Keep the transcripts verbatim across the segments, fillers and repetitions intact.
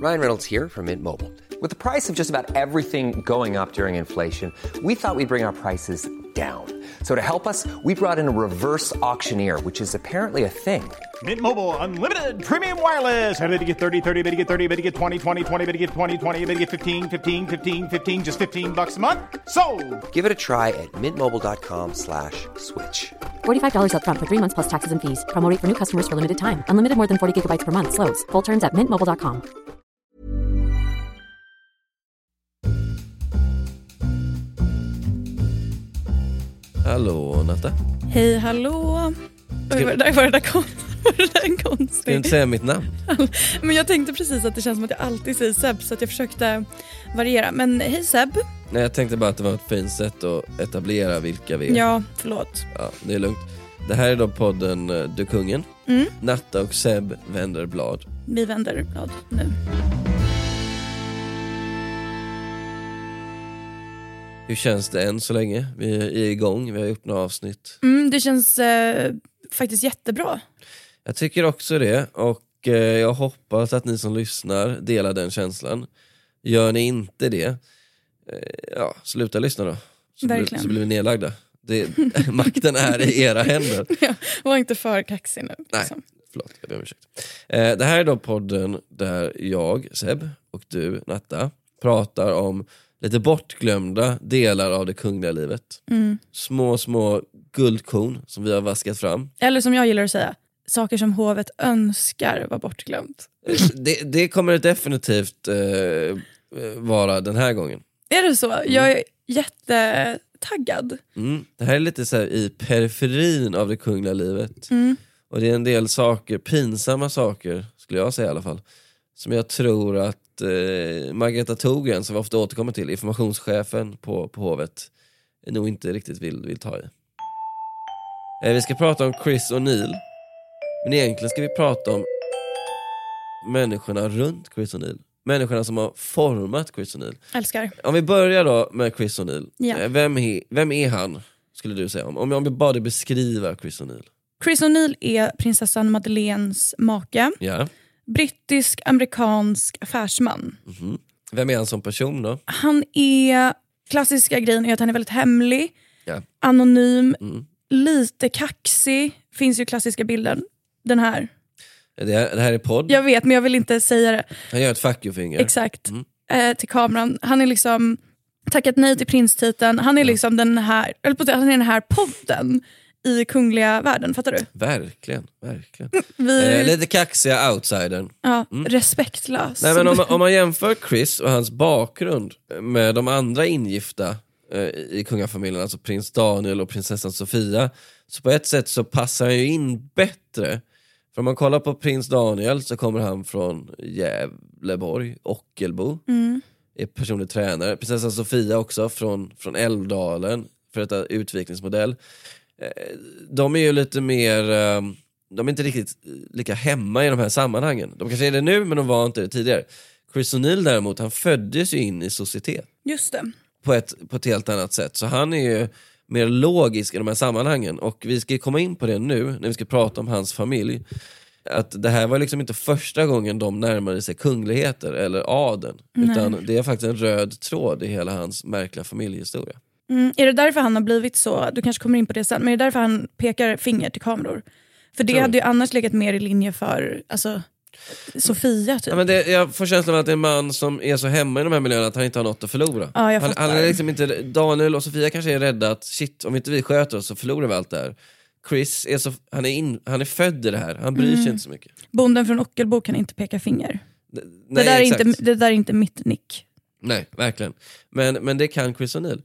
Ryan Reynolds here from Mint Mobile. With the price of just about everything going up during inflation, we thought we'd bring our prices down. So to help us, we brought in a reverse auctioneer, which is apparently a thing. Mint Mobile Unlimited Premium Wireless. How to get thirty, thirty, how to get thirty, how to get twenty, twenty, twenty, how to get twenty, twenty, how to get fifteen, fifteen, fifteen, fifteen, just fifteen bucks a month? Sold! Give it a try at mintmobile.com slash switch. forty-five dollars up front for three months plus taxes and fees. Promo rate for new customers for limited time. Unlimited more than forty gigabytes per month. Slows full terms at mint mobile dot com. Hallå, Natta. Hej, hallå. Oj, var det där, var det där, kon- var det där en konstig? Ska du inte säga mitt namn? Men jag tänkte precis att det känns som att jag alltid säger Seb, så att jag försökte variera. Men hej Seb. Nej, jag tänkte bara att det var ett fint sätt att etablera vilka vi är. Ja, förlåt. Ja, det är lugnt. Det här är då podden uh, Du Kungen. Mm. Natta och Seb vänder blad. Vi vänder blad nu. Hur känns det än så länge? Vi är igång, vi har gjort några avsnitt. Mm, det känns eh, faktiskt jättebra. Jag tycker också det, och eh, jag hoppas att ni som lyssnar delar den känslan. Gör ni inte det, eh, ja, sluta lyssna då. Så, blir, så blir vi nedlagda. Det, makten är i era händer. Ja, var inte för kaxig nu. Nej, liksom. förlåt, jag ber om ursäkt. Eh, det här är då podden där jag, Seb, och du, Natta, pratar om lite bortglömda delar av det kungliga livet. Mm. Små, små guldkorn som vi har vaskat fram. Eller som jag gillar att säga, saker som hovet önskar var bortglömt. Det, det kommer definitivt eh, vara den här gången. Är det så? Mm. Jag är jättetaggad. Mm. Det här är lite så här i periferin av det kungliga livet. Mm. Och det är en del saker, pinsamma saker skulle jag säga i alla fall, som jag tror att eh, Margareta Thorgren, som vi ofta återkommer till, informationschefen på, på hovet, nog inte riktigt vill, vill ta i. Eh, vi ska prata om Chris O'Neill, men egentligen ska vi prata om människorna runt Chris O'Neill. Människorna som har format Chris O'Neill. Älskar. Om vi börjar då med Chris O'Neill. Ja. Eh, vem, är, vem är han, skulle du säga? Om, om jag bara beskriva Chris O'Neill. Chris O'Neill är prinsessan Madeleines make. Ja. Brittisk-amerikansk affärsman. Mm-hmm. Vem är han som person då? Han är, klassiska grejen är att han är väldigt hemlig, Ja. anonym, Mm. lite kaxig. Finns ju klassiska bilden. Den här. Det här, det här är podd. Jag vet, men jag vill inte säga det. Han gör ett fuck you finger. Exakt. Mm. Eh, till kameran. Han är liksom tackat nej till prinstiteln. Han är Ja. liksom den här, eller på, han är den här podden i kungliga världen, fattar du? Verkligen, verkligen. Vi, Eh, lite kaxiga outsidern. ja, Mm. respektlös. Nej, men om, om man jämför Chris och hans bakgrund med de andra ingifta eh, i kungafamiljen, alltså prins Daniel och prinsessan Sofia, så på ett sätt så passar han ju in bättre. För om man kollar på prins Daniel så kommer han från Gävleborg, Ockelbo. Mm. Är personlig tränare. Prinsessan Sofia också från, från Älvdalen, för detta utvecklingsmodell. De är ju lite mer, de är inte riktigt lika hemma i de här sammanhangen. De kanske är det nu, men de var inte det tidigare. Chris O'Neill däremot, han föddes ju in i societet. Just det. På ett, på ett helt annat sätt. Så han är ju mer logisk i de här sammanhangen. Och vi ska komma in på det nu, när vi ska prata om hans familj. Att det här var liksom inte första gången de närmade sig kungligheter eller adeln. Nej. Utan det är faktiskt en röd tråd i hela hans märkliga familjehistoria. Mm. Är det därför han har blivit så, du kanske kommer in på det sen, men är det därför han pekar finger till kameror? För det Tror hade ju annars legat mer i linje för, alltså, Sofia typ. Ja, men det, jag får känslan av att det är en man som är så hemma i de här miljöerna att han inte har något att förlora. Ja, jag han, fattar. han är liksom inte, Daniel och Sofia kanske är rädda att shit, om inte vi sköter oss så förlorar vi allt det här. Chris är, så, han är, in, han är född i det här, han bryr sig Mm. inte så mycket. Bonden från Ockelbo kan inte peka finger. Det, Det, nej, där är exakt. inte, det där är inte mitt nick. Nej, verkligen. Men, men det kan Chris O'Neill.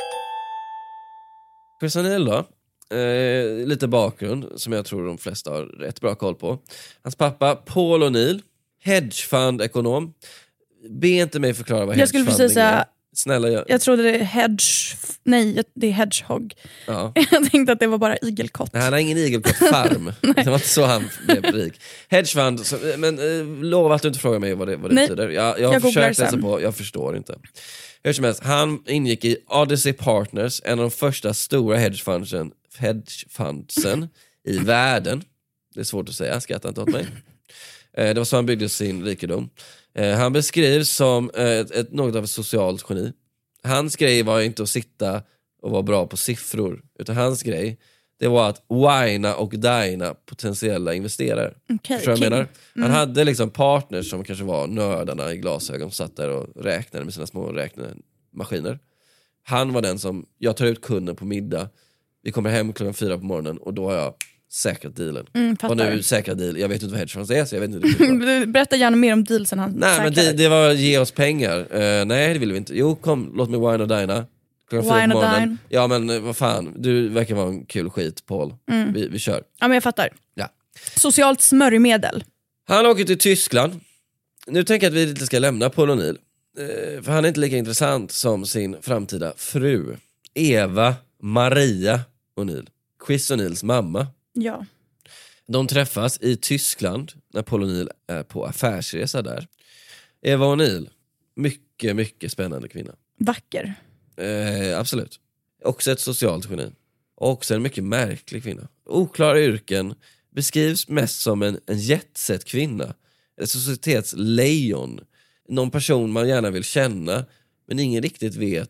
Chris O'Neill då, eh, lite bakgrund som jag tror de flesta har rätt bra koll på. Hans pappa Paul O'Neill, hedgefund-ekonom. Be inte mig förklara vad Jag skulle hedgefunding precis säga, är. Snälla, jag... jag trodde det är hedge, nej det är hedgehog. Ja. Jag tänkte att det var bara igelkott. Nej, han har ingen igelkottfarm. Det var inte så han blev rik. Hedgefund, så, men eh, lova att du inte frågar mig vad det, vad det Nej, betyder. Jag, jag har jag googlar försökt läsa sen. på, jag förstår inte. Hur som helst, han ingick i Odyssey Partners, en av de första stora hedgefundsen, hedgefundsen i världen. Det är svårt att säga, skratta inte åt mig. Eh, det var så han byggde sin rikedom. Eh, han beskrivs som eh, ett, ett, något av ett socialt geni. Hans grej var inte att sitta och vara bra på siffror, utan hans grej det var att wina och dina potentiella investerare. Okay, Förstår du vad jag menar? Mm. Han hade liksom partners som kanske var nördarna i glasögon, satt där och räknade med sina små räknemaskiner. Han var den som, jag tar ut kunden på middag, vi kommer hem klockan fyra på morgonen och då har jag säkrat dealen. Mm, och nu säkra deal, jag vet inte vad hedgefonds är så jag vet inte det. Berätta gärna mer om dealsen han Nej men det, det var ge oss pengar. Uh, nej det vill vi inte. Jo kom, låt mig wine och dina. Wine och dine. Ja men vad fan, du verkar vara en kul skit Paul. Mm. Vi, vi kör. Ja men jag fattar. Ja. Socialt smörjmedel. Han åker till Tyskland. Nu tänker jag att vi inte ska lämna Paul O'Neill. Uh, för han är inte lika intressant som sin framtida fru. Eva Maria O'Neill. Chris O'Neills mamma. Ja. De träffas i Tyskland när Paul O'Neill är på affärsresa där. Eva O'Neill, mycket, mycket spännande kvinna. Vacker. Eh, absolut. Också ett socialt geni. Och också en mycket märklig kvinna. Oklara yrken, beskrivs mest som en, en jetset kvinna. Ett societetslejon. Någon person man gärna vill känna, men ingen riktigt vet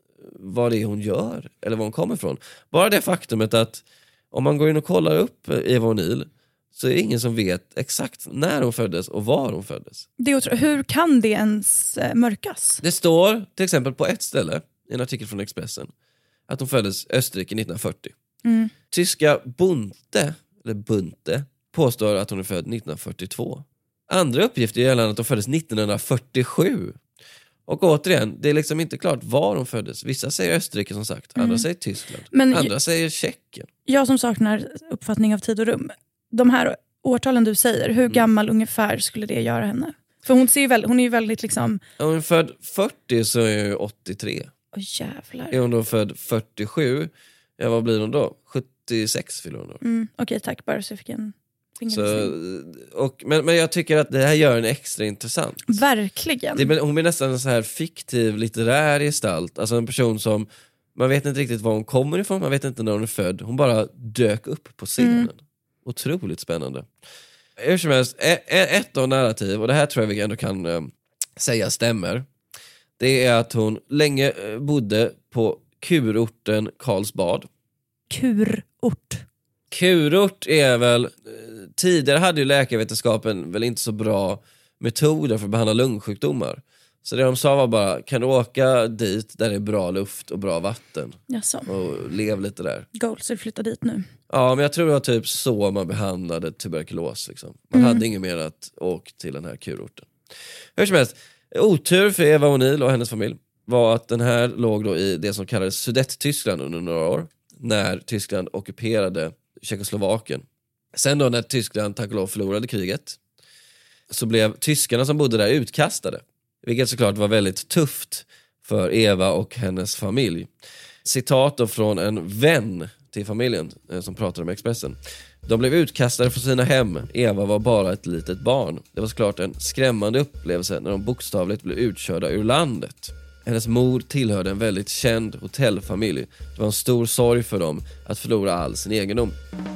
vad det är hon gör eller var hon kommer ifrån. Bara det faktumet att om man går in och kollar upp Eva O'Neill så är det ingen som vet exakt när hon föddes och var hon föddes. Det är otro- Hur kan det ens eh, mörkas? Det står till exempel på ett ställe i en artikel från Expressen att hon föddes i Österrike nittonhundrafyrtio. Mm. Tyska Bunte, eller Bunte påstår att hon är född nittonhundrafyrtiotvå. Andra uppgifter gäller att hon föddes nittonhundrafyrtiosju. Och återigen, det är liksom inte klart var hon föddes. Vissa säger Österrike som sagt, andra mm. säger Tyskland, Men andra jag, säger Tjeckien. Jag som saknar uppfattning av tid och rum. De här årtalen du säger, hur mm. gammal ungefär skulle det göra henne? För hon, ser ju väl, hon är ju väldigt liksom... Om hon är född fyrtio så är hon åttiotre. Åh jävlar. Är hon då född fyrtiosju, ja vad blir hon då? sjuttiosex fyller hon då. Mm, Okej, okay, tack. Bara så jag fick en... Så, och, men, men jag tycker att det här gör en extra intressant. Verkligen. Det, hon blir nästan en så här fiktiv litterär gestalt. Alltså en person som man vet inte riktigt var hon kommer ifrån, man vet inte när hon är född. Hon bara dök upp på scenen. Mm. Otroligt spännande. Hur som helst, ett av narrativ, och det här tror jag vi ändå kan äh, säga stämmer. Det är att hon länge bodde på kurorten Karlsbad. Kurort. Kurort är väl, tidigare hade ju läkarvetenskapen väl inte så bra metoder för att behandla lungsjukdomar. Så det de sa var bara, kan du åka dit där det är bra luft och bra vatten? Jaså. Och lev lite där. Goals, så flytta dit nu. Ja, men jag tror det var typ så man behandlade tuberkulos. Liksom. Man mm. hade inget mer att åka till den här kurorten. Hur som helst, otur för Eva O'Neill och hennes familj var att den här låg då i det som kallades Sudettyskland under några år. När Tyskland ockuperade Tjeckoslovakien. Sen då när Tyskland tack och lov förlorade kriget så blev tyskarna som bodde där utkastade. Vilket såklart var väldigt tufft för Eva och hennes familj. Citat då från en vän till familjen eh, som pratade med Expressen. De blev utkastade från sina hem. Eva var bara ett litet barn. Det var såklart en skrämmande upplevelse när de bokstavligt blev utkörda ur landet. Hennes mor tillhörde en väldigt känd hotellfamilj. Det var en stor sorg för dem att förlora all sin egendom.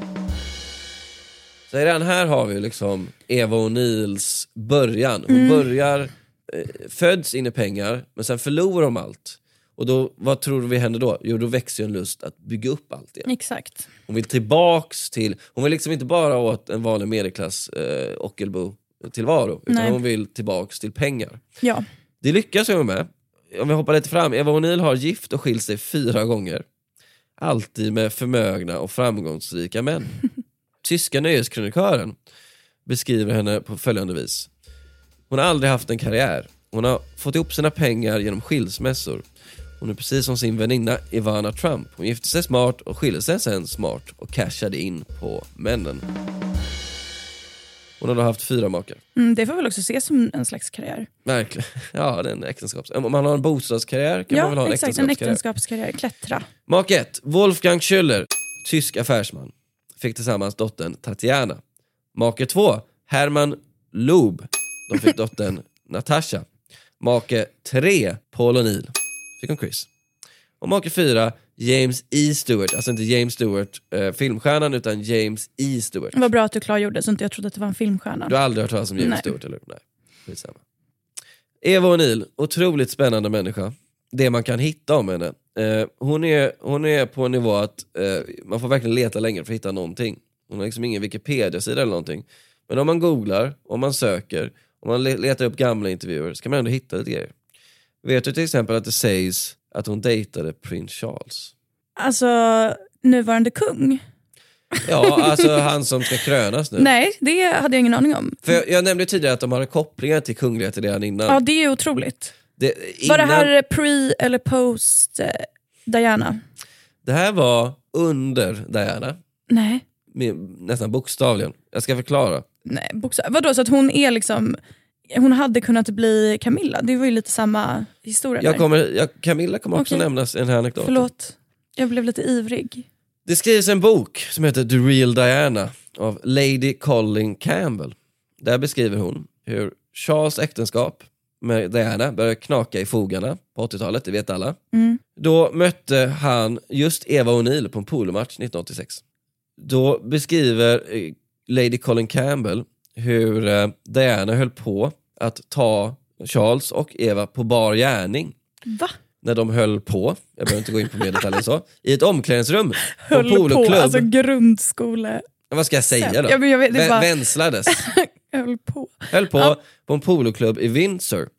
Så redan här har vi liksom Eva O'Neills början. Hon mm. börjar, eh, föds in i pengar, men sen förlorar de allt. Och då, vad tror vi händer då? Jo, då växer ju en lust att bygga upp allt igen. Exakt. Hon vill tillbaks till, hon vill liksom inte bara åt en vanlig medelklass eh, Ockelbo tillvaro, utan Nej. hon vill tillbaks till pengar. Ja. Det lyckas hon med. Om vi hoppar lite fram, Eva O'Neill har gift och skilt sig fyra gånger. Alltid med förmögna och framgångsrika män. Tyska nöjeskronikören beskriver henne på följande vis. Hon har aldrig haft en karriär. Hon har fått ihop sina pengar genom skilsmässor. Hon är precis som sin väninna Ivana Trump. Hon gifte sig smart och skilde sig sen smart och cashade in på männen. Hon har då haft fyra makar. Mm, det får väl också ses som en slags karriär. Verkligen. Ja, det är en äktenskaps... Om man har en bostadskarriär kan ja, man väl ha en exakt, äktenskapskarriär. en äktenskapskarriär. Klättra. Mak ett. Wolfgang Schüller, tysk affärsman. Fick tillsammans dottern Tatjana. Make två. Hermann Loob. De fick dottern Natasha. Make tre. Paul O'Neill. Fick hon Chris. Och make fyra. James E. Stewart. Alltså inte James Stewart, eh, filmstjärnan, utan James E. Stewart. Det var bra att du klargjorde så inte jag trodde att det var en filmstjärna. Du har aldrig hört talas om James Nej. Stewart, eller? Nej, skitsamma. Eva O'Neill, otroligt spännande människa. Det man kan hitta om henne. Eh, hon, är, hon är på en nivå att eh, man får verkligen leta längre för att hitta någonting. Hon har liksom ingen Wikipedia-sida eller någonting. Men om man googlar, om man söker, om man letar upp gamla intervjuer så kan man ändå hitta lite grejer. Vet du till exempel att det sägs att hon dejtade prins Charles? Alltså, nuvarande kung? Ja, alltså han som ska krönas nu. Nej, det hade jag ingen aning om. För jag, jag nämnde tidigare att de hade kopplingar till kungligheter redan innan. Ja, det är otroligt. Det, innan... Var det här pre eller post eh, Diana? Det här var under Diana. Nej. Med, nästan bokstavligen. Jag ska förklara. Nej, bokstav. Vadå, så att hon är liksom... Hon hade kunnat bli Camilla. Det var ju lite samma historia jag där. kommer, jag, Camilla kommer också Okej. nämnas i den här anekdoten. Förlåt, jag blev lite ivrig. Det skrivs en bok som heter The Real Diana av Lady Colin Campbell. Där beskriver hon hur Charles äktenskap med Diana började knaka i fogarna på åttiotalet, det vet alla. Mm. Då mötte han just Eva O'Neill på en polomatch nittonhundraåttiosex. Då beskriver Lady Colin Campbell hur eh, Diana höll på att ta Charles och Eva på bar gärning. Va? När de höll på, jag behöver inte gå in på mer detaljer så, i ett omklädningsrum på en Höll poloklubb. på, alltså grundskole... Vad ska jag säga då? Ja, men jag vet, det Vä- bara... Vänslades. Höll på. Höll på Ja. på en poloklubb i Windsor.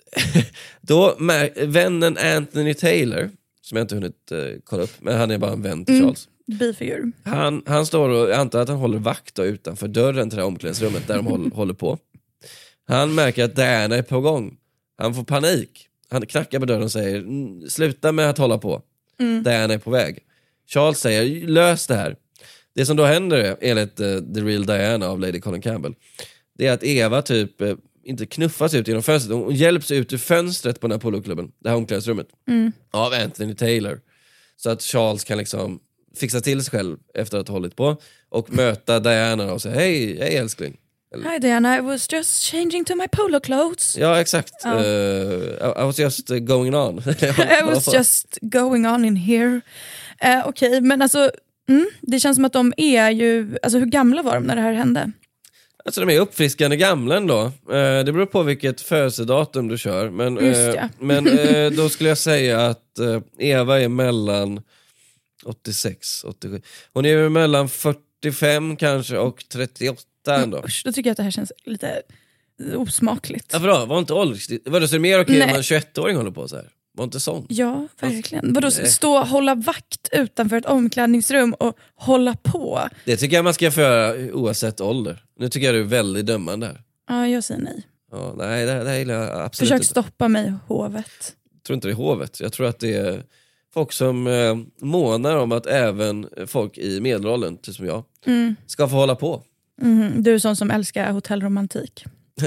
Då mär- vännen Anthony Taylor, som jag inte hunnit eh, kolla upp, men han är bara en vän till Charles. Mm. Bifigur. Han, han står och, jag antar att han håller vakt då, utanför dörren till det här omklädningsrummet där de håll, håller på. Han märker att Diana är på gång. Han får panik. Han knackar på dörren och säger, sluta med att hålla på. Mm. Diana är på väg. Charles säger, lös det här. Det som då händer enligt uh, The Real Diana av Lady Colin Campbell, det är att Eva typ uh, inte knuffas ut genom fönstret. Hon hjälps ut ur fönstret på den här poloklubben, det här omklädningsrummet, mm. av Anthony Taylor. Så att Charles kan liksom fixa till sig själv efter att ha hållit på och möta Diana och säga, hej, hej älskling. Hi Diana, I was just changing to my polo clothes. Ja, exakt. Ja. Uh, I, I was just uh, going on. I was just going on in here. Uh, Okej, okay, men alltså mm, det känns som att de är ju, alltså hur gamla var de när det här hände? Alltså de är uppfriskande gamla ändå. Uh, det beror på vilket födelsedatum du kör. Men, uh, Just ja. men uh, då skulle jag säga att uh, Eva är mellan åttiosex, åttiosju. Hon är mellan fyrtiofem kanske och trettioåtta ändå. Usch, då tycker jag att det här känns lite osmakligt. Ja, vadå? Var inte ålders... Vadå, så är det mer okej Nej. om en tjugoett-åring håller på så här? Var inte sån? Ja, verkligen. Vadå, Nej. stå och hålla vakt utanför ett omklädningsrum och hålla på? Det tycker jag man ska få göra oavsett ålder. Nu tycker jag du är väldigt dömande här. Ja, jag säger nej. Ja, nej, det, det här gillar jag absolut Försök inte. stoppa mig, hovet. Jag tror inte det är hovet. Jag tror att det är folk som eh, månar om att även folk i medelåldern, typ som jag, Mm. ska få hålla på. Mm, du är sån som älskar hotellromantik.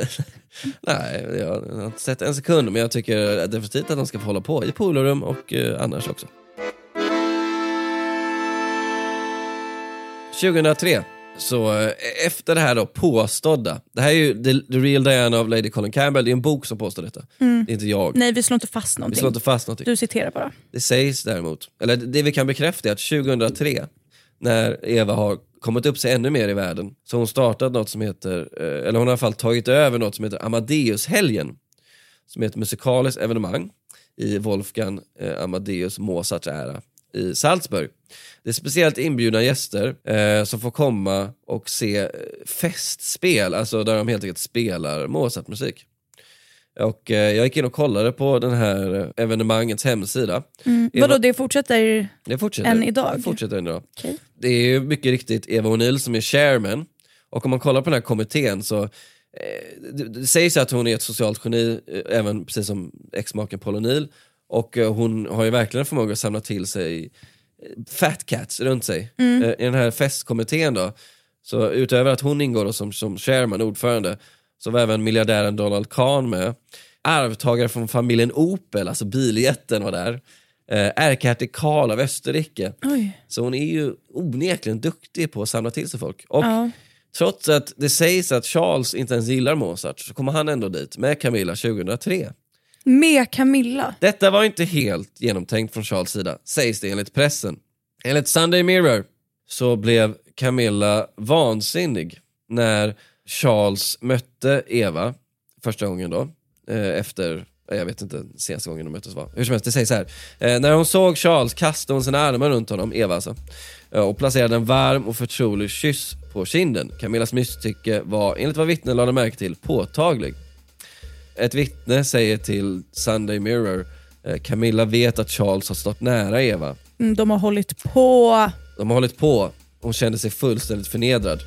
Nej, jag har inte sett en sekund, men jag tycker definitivt att de ska få hålla på i polorum och eh, annars också. tjugohundratre, så eh, efter det här då påstådda, det här är ju The, The Real Diana av Lady Colin Campbell, det är en bok som påstår detta. Mm. Det är inte jag. Nej, vi slår inte fast Vi någonting. slår inte fast någonting. Du citerar bara. Det sägs däremot, eller det vi kan bekräfta är att tjugohundratre, när Eva har kommit upp sig ännu mer i världen, så hon startat något som heter, eller hon har i alla fall tagit över något som heter Amadeus-helgen, som är ett musikaliskt evenemang i Wolfgang eh, Amadeus Mozarts ära i Salzburg. Det är speciellt inbjudna gäster eh, som får komma och se eh, festspel, alltså där de helt enkelt spelar Mozart-musik. Och eh, jag gick in och kollade på den här evenemangets hemsida. Mm. Vadå, det fortsätter, det fortsätter än idag? Det fortsätter än idag. Okay. Det är ju mycket riktigt Eva O'Neill som är chairman. Och om man kollar på den här kommittén så eh, det, det sägs att hon är ett socialt geni, eh, även precis som ex-maken Paul O'Neill. Och eh, hon har ju verkligen förmåga att samla till sig eh, fat cats runt sig. Mm. Eh, I den här festkommittén då, så utöver att hon ingår då som, som chairman, ordförande, så var även miljardären Donald Kahn med. Arvtagare från familjen Opel, alltså biljätten var där. Eh, ärkehertig Karl av Österrike. Oj. Så hon är ju onekligen duktig på att samla till sig folk. Och ja. trots att det sägs att Charles inte ens gillar Mozart, så kommer han ändå dit med Camilla tjugohundratre. Med Camilla? Detta var inte helt genomtänkt från Charles sida, sägs det enligt pressen. Enligt Sunday Mirror så blev Camilla vansinnig när Charles mötte Eva första gången då. eh, efter, jag vet inte senaste gången de möttes var. Hur som helst, det sägs så här. Eh, när hon såg Charles kastade hon sina armar runt honom, Eva alltså, eh, och placerade en varm och förtrolig kyss på kinden. Camillas misstycke var, enligt vad vittnen lade märke till, påtaglig. Ett vittne säger till Sunday Mirror, eh, Camilla vet att Charles har stått nära Eva. Mm, de har hållit på. De har hållit på. Hon kände sig fullständigt förnedrad.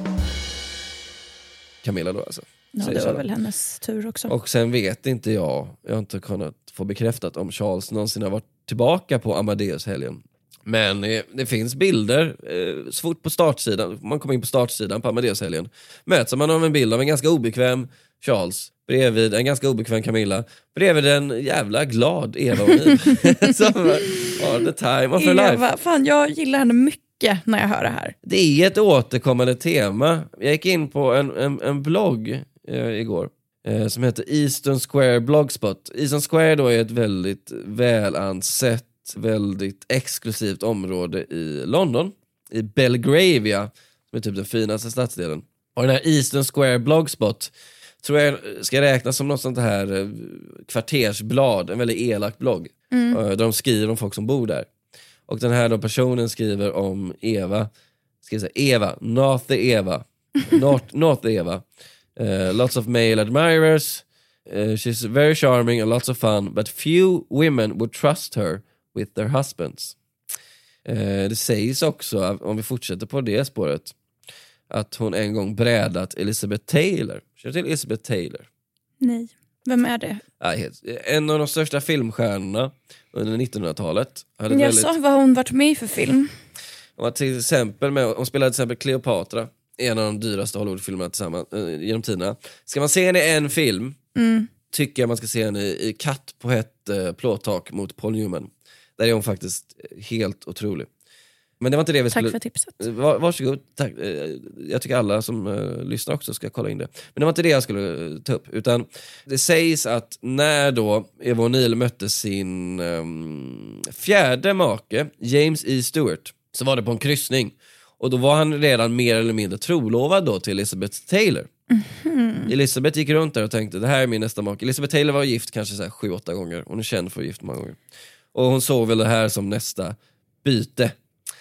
Camilla då alltså. Ja, det var väl hennes tur också. Och sen vet inte jag, jag har inte kunnat få bekräftat om Charles någonsin har varit tillbaka på Amadeus-helgen. Men eh, det finns bilder, eh, så fort på startsidan, man kommer in på startsidan på Amadeus-helgen, möts man av en bild av en ganska obekväm Charles bredvid en ganska obekväm Camilla, bredvid en jävla glad Eva och Niv. Som har the time of her life. Eva, fan, jag gillar henne mycket när jag hör det här. Det är ett återkommande tema. Jag gick in på en, en, en blogg eh, igår eh, som heter Eastern Square Blogspot. Eastern Square då är ett väldigt välansett, väldigt exklusivt område i London, i Belgravia, som är typ den finaste stadsdelen. Och den här Eastern Square Blogspot tror jag ska räknas som något sånt här kvartersblad, en väldigt elak blogg. Mm. Där de skriver om folk som bor där. Och den här då personen skriver om Eva, ska jag säga Eva, not the Eva, not, not the Eva. Uh, lots of male admirers, uh, she's very charming and lots of fun, but few women would trust her with their husbands. Uh, det sägs också, om vi fortsätter på det spåret, att hon en gång brädat Elizabeth Taylor. Känner du till Elizabeth Taylor? Nej, vem är det? Ja, en av de största filmstjärnorna under nittonhundratalet. Jag väldigt... sa vad hon varit med i för film. Hon, var till exempel med, hon spelade till exempel Cleopatra, en av de dyraste Hollywoodfilmerna tillsammans äh, genom tiderna. Ska man se henne i en film, mm. tycker jag man ska se henne i, i Katt på ett äh, plåttak mot Paul Newman. Där är hon faktiskt helt otrolig. Men det var inte det vi skulle... Tack för tipset. Var, varsågod, tack. Jag tycker alla som uh, lyssnar också ska kolla in det. Men det var inte det jag skulle uh, ta upp. Utan det sägs att när då Eva O'Neill mötte sin um, fjärde make, James E. Stewart, så var det på en kryssning. Och då var han redan mer eller mindre trolovad då till Elizabeth Taylor. Mm-hmm. Elizabeth gick runt där och tänkte, det här är min nästa make. Elizabeth Taylor var gift kanske så här sju, åtta gånger. Hon är känd för att gift många gånger. Och hon såg väl det här som nästa byte.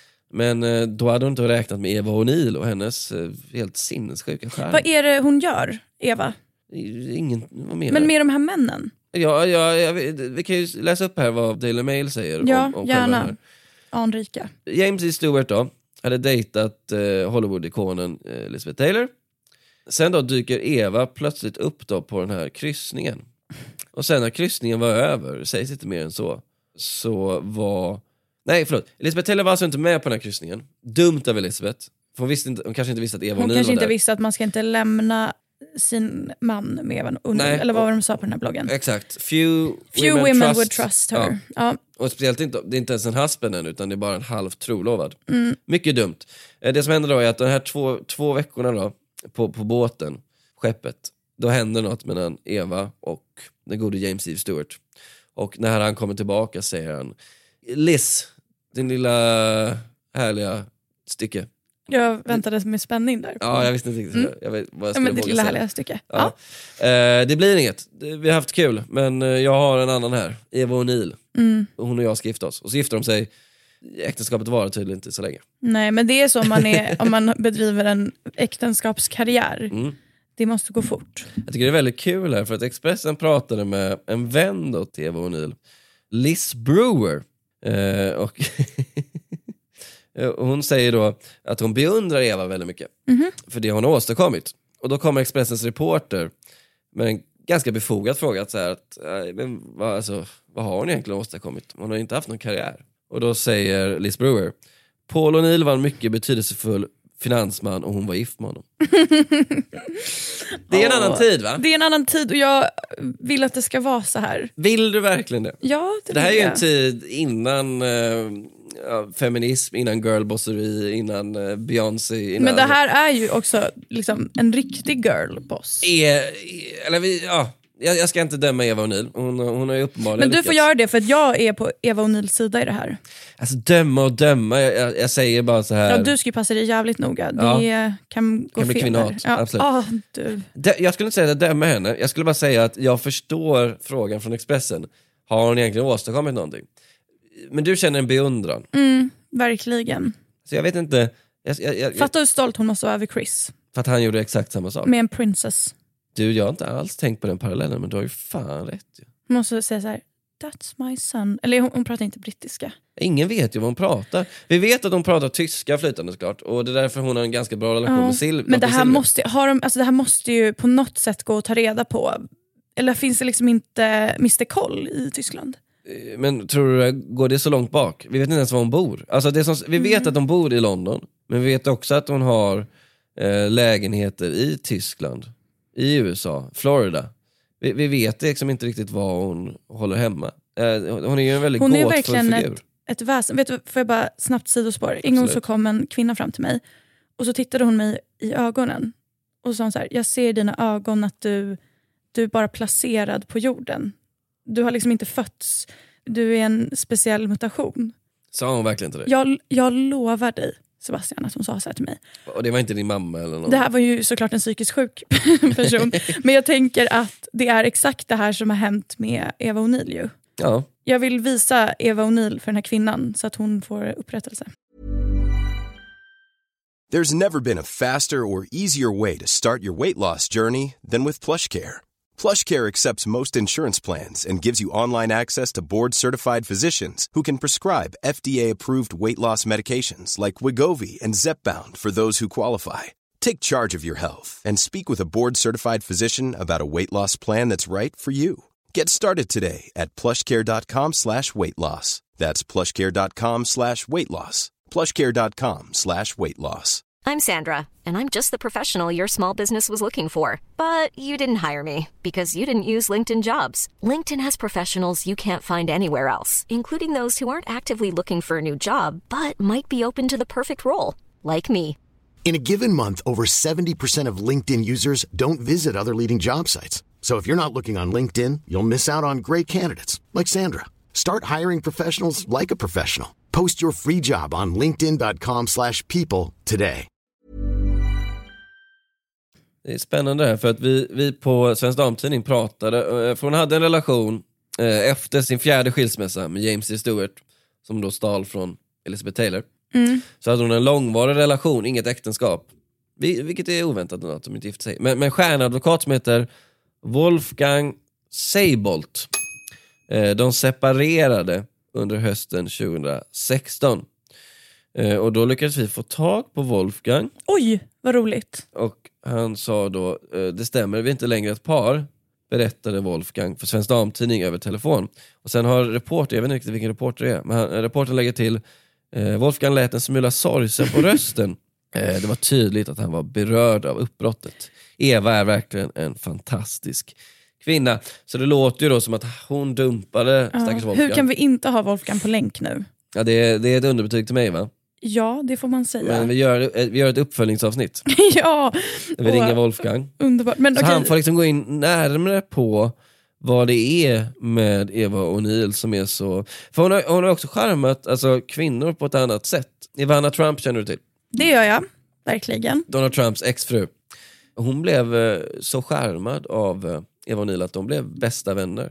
Men eh, då hade hon inte räknat med Eva O'Neill och hennes eh, helt sinnessjuka skärm. Vad är det hon gör, Eva? Ingen, vad menar Men med de här männen? Ja, ja, ja, vi kan ju läsa upp här vad Daily Mail säger. Ja, om, om gärna. Anrika. James E. Stewart då hade dejtat eh, Hollywood-ikonen eh, Elizabeth Taylor. Sen då dyker Eva plötsligt upp då på den här kryssningen. Och sen när kryssningen var över, sägs inte mer än så, så var... Nej, förlåt. Elizabeth Taylor var alltså inte med på den här kryssningen. Dumt av Elizabeth. För hon, visste inte, hon kanske inte visste att Eva O'Neill var där. Hon kanske inte visste att man ska inte lämna sin man med Eva O'Neill. Eller vad var de sa på den här bloggen? Exakt. Few, Few women, women trust, would trust her. Ja. Ja. Och speciellt inte, det är inte ens en husband än, utan det är bara en halvt trolovad. Mm. Mycket dumt. Det som händer då är att de här två, två veckorna då, på, på båten, skeppet, då händer något mellan Eva och den gode James E. Stewart. Och när han kommer tillbaka säger han, Liz, din lilla härliga stycke. Jag väntade med spänning där. Ja, jag visste inte riktigt. Mm. Jag vet vad jag skulle ja, men våga ditt lilla säga. härliga stycke. Ja. Ja. Eh, det blir inget. Vi har haft kul. Men jag har en annan här. Eva O'Neill. Mm. Hon och jag ska gifta oss. Och så gifter de sig. Äktenskapet varar tydligen inte så länge. Nej, men det är så om man, är, om man bedriver en äktenskapskarriär. Mm. Det måste gå fort. Jag tycker det är väldigt kul här. För att Expressen pratade med en vän då till Eva O'Neill. Liz Brewer. Eh, och hon säger då att hon beundrar Eva väldigt mycket mm-hmm. för det hon har åstadkommit. Och då kommer Expressens reporter med en ganska befogad fråga att, så här, att men, vad, alltså, vad har hon egentligen åstadkommit? Hon har inte haft någon karriär. Och då säger Liz Brewer, Paul O'Neill var en mycket betydelsefull finansman och hon var gift med honom. Det är en oh, annan tid, va? Det är en annan tid och jag vill att det ska vara så här. Vill du verkligen det? Ja, det, det här är ju jag. en tid innan uh, ja, feminism, innan girlbosseri, innan uh, Beyoncé. Innan... Men det här är ju också liksom en riktig girlboss. Är, eller vi, ja, jag, jag ska inte döma Eva O'Neill. Hon, hon har ju uppenbarligen Men du lyckats. får göra det för att jag är på Eva O'Neills sida i det här. Alltså döma och döma, jag, jag, jag säger bara så här. Ja, du ska ju passa dig jävligt noga. Det Ja. kan gå Kan bli fel kvinnat, där. Ja. absolut. Ah, du. De, jag skulle inte säga att jag dömer henne. Jag skulle bara säga att jag förstår frågan från Expressen. Har hon egentligen åstadkommit någonting? Men du känner en beundran. Mm, verkligen. Så jag vet inte. Jag, jag, jag, Fatta hur stolt hon måste vara över Chris. För att han gjorde exakt samma sak. Med en princess. Du, jag har inte alls tänkt på den parallellen, men du har ju fan rätt. Ju. Hon måste säga så här: that's my son. Eller hon, hon pratar inte brittiska. Ingen vet ju vad hon pratar. Vi vet att hon pratar tyska flytande såklart. Och det är därför hon har en ganska bra relation Ja, med Sil- men det här, Silvia. måste, har de, alltså det här måste ju på något sätt gå att ta reda på. Eller finns det liksom inte mister Koll i Tyskland? Men tror du, går det så långt bak? Vi vet inte ens var hon bor. Alltså det är som, vi vet Mm. att hon bor i London. Men vi vet också att hon har eh, lägenheter i Tyskland. I U S A, Florida. Vi, vi vet liksom inte riktigt var hon håller hemma. Eh, hon är ju en väldigt Hon är gåtfull verkligen figur. ett, ett väsen. Vet du, får jag bara snabbt sidospår? En gång så Absolut. kom en kvinna fram till mig. Och så tittade hon mig i ögonen. Och så sa hon så här: jag ser i dina ögon att du, du är bara placerad på jorden. Du har liksom inte fötts. Du är en speciell mutation. Sa hon verkligen till dig? Jag, jag lovar dig, Sebastian, att hon sa så här till mig. Och det var inte din mamma eller någon? Det här var ju såklart en psykiskt sjuk person. Men jag tänker att det är exakt det här som har hänt med Eva O'Neill ju. Ja. Jag vill visa Eva O'Neill för den här kvinnan så att hon får upprättelse. There's never been a faster or easier way to start your weight loss journey than with PlushCare. PlushCare accepts most insurance plans and gives you online access to board-certified physicians who can prescribe F D A-approved weight loss medications like Wegovy and Zepbound for those who qualify. Take charge of your health and speak with a board-certified physician about a weight loss plan that's right for you. Get started today at plushcare.com slash weight loss. That's plushcare.com slash weight loss. plushcare.com slash weight loss. I'm Sandra, and I'm just the professional your small business was looking for. But you didn't hire me because you didn't use LinkedIn Jobs. LinkedIn has professionals you can't find anywhere else, including those who aren't actively looking for a new job, but might be open to the perfect role, like me. In a given month, over seventy percent of LinkedIn users don't visit other leading job sites. So if you're not looking on LinkedIn, you'll miss out on great candidates like Sandra. Start hiring professionals like a professional. Post your free job on linkedin.com slash people today. Det är spännande här för att vi, vi på Svensk Damtidning pratade, för hon hade en relation eh, efter sin fjärde skilsmässa med James D. Stewart, som då stal från Elizabeth Taylor. Mm. Så hade hon en långvarig relation, inget äktenskap. Vi, vilket är oväntat att de inte gifte sig. Men, men stjärnadvokat som heter Wolfgang Seibolt. Eh, de separerade under hösten tjugohundrasexton. Eh, och då lyckades vi få tag på Wolfgang. Oj, vad roligt. Och han sa då, eh, det stämmer, vi är inte längre ett par, berättade Wolfgang för Svensk Damtidning över telefon. Och sen har reporter, jag vet inte riktigt vilken reporter det är, men han, reportern lägger till, eh, Wolfgang lät en smula sorgsen på rösten. eh, det var tydligt att han var berörd av uppbrottet. Eva är verkligen en fantastisk kvinna. Så det låter ju då som att hon dumpade Ja. stackars Wolfgang. Hur kan vi inte ha Wolfgang på länk nu? Ja, det är, det är ett underbetyg till mig, va? Ja, det får man säga. Men vi gör, vi gör ett uppföljningsavsnitt. Ja, Vi och- ringer Wolfgang. underbart. Men Så okej, han får liksom gå in närmare på vad det är med Eva O'Neill som är så... För hon har, hon har också charmat alltså, kvinnor på ett annat sätt. Ivana Trump känner du till. det gör jag, verkligen. Donald Trumps exfru. Hon blev eh, så charmad av eh, Eva O'Neill att de blev bästa vänner.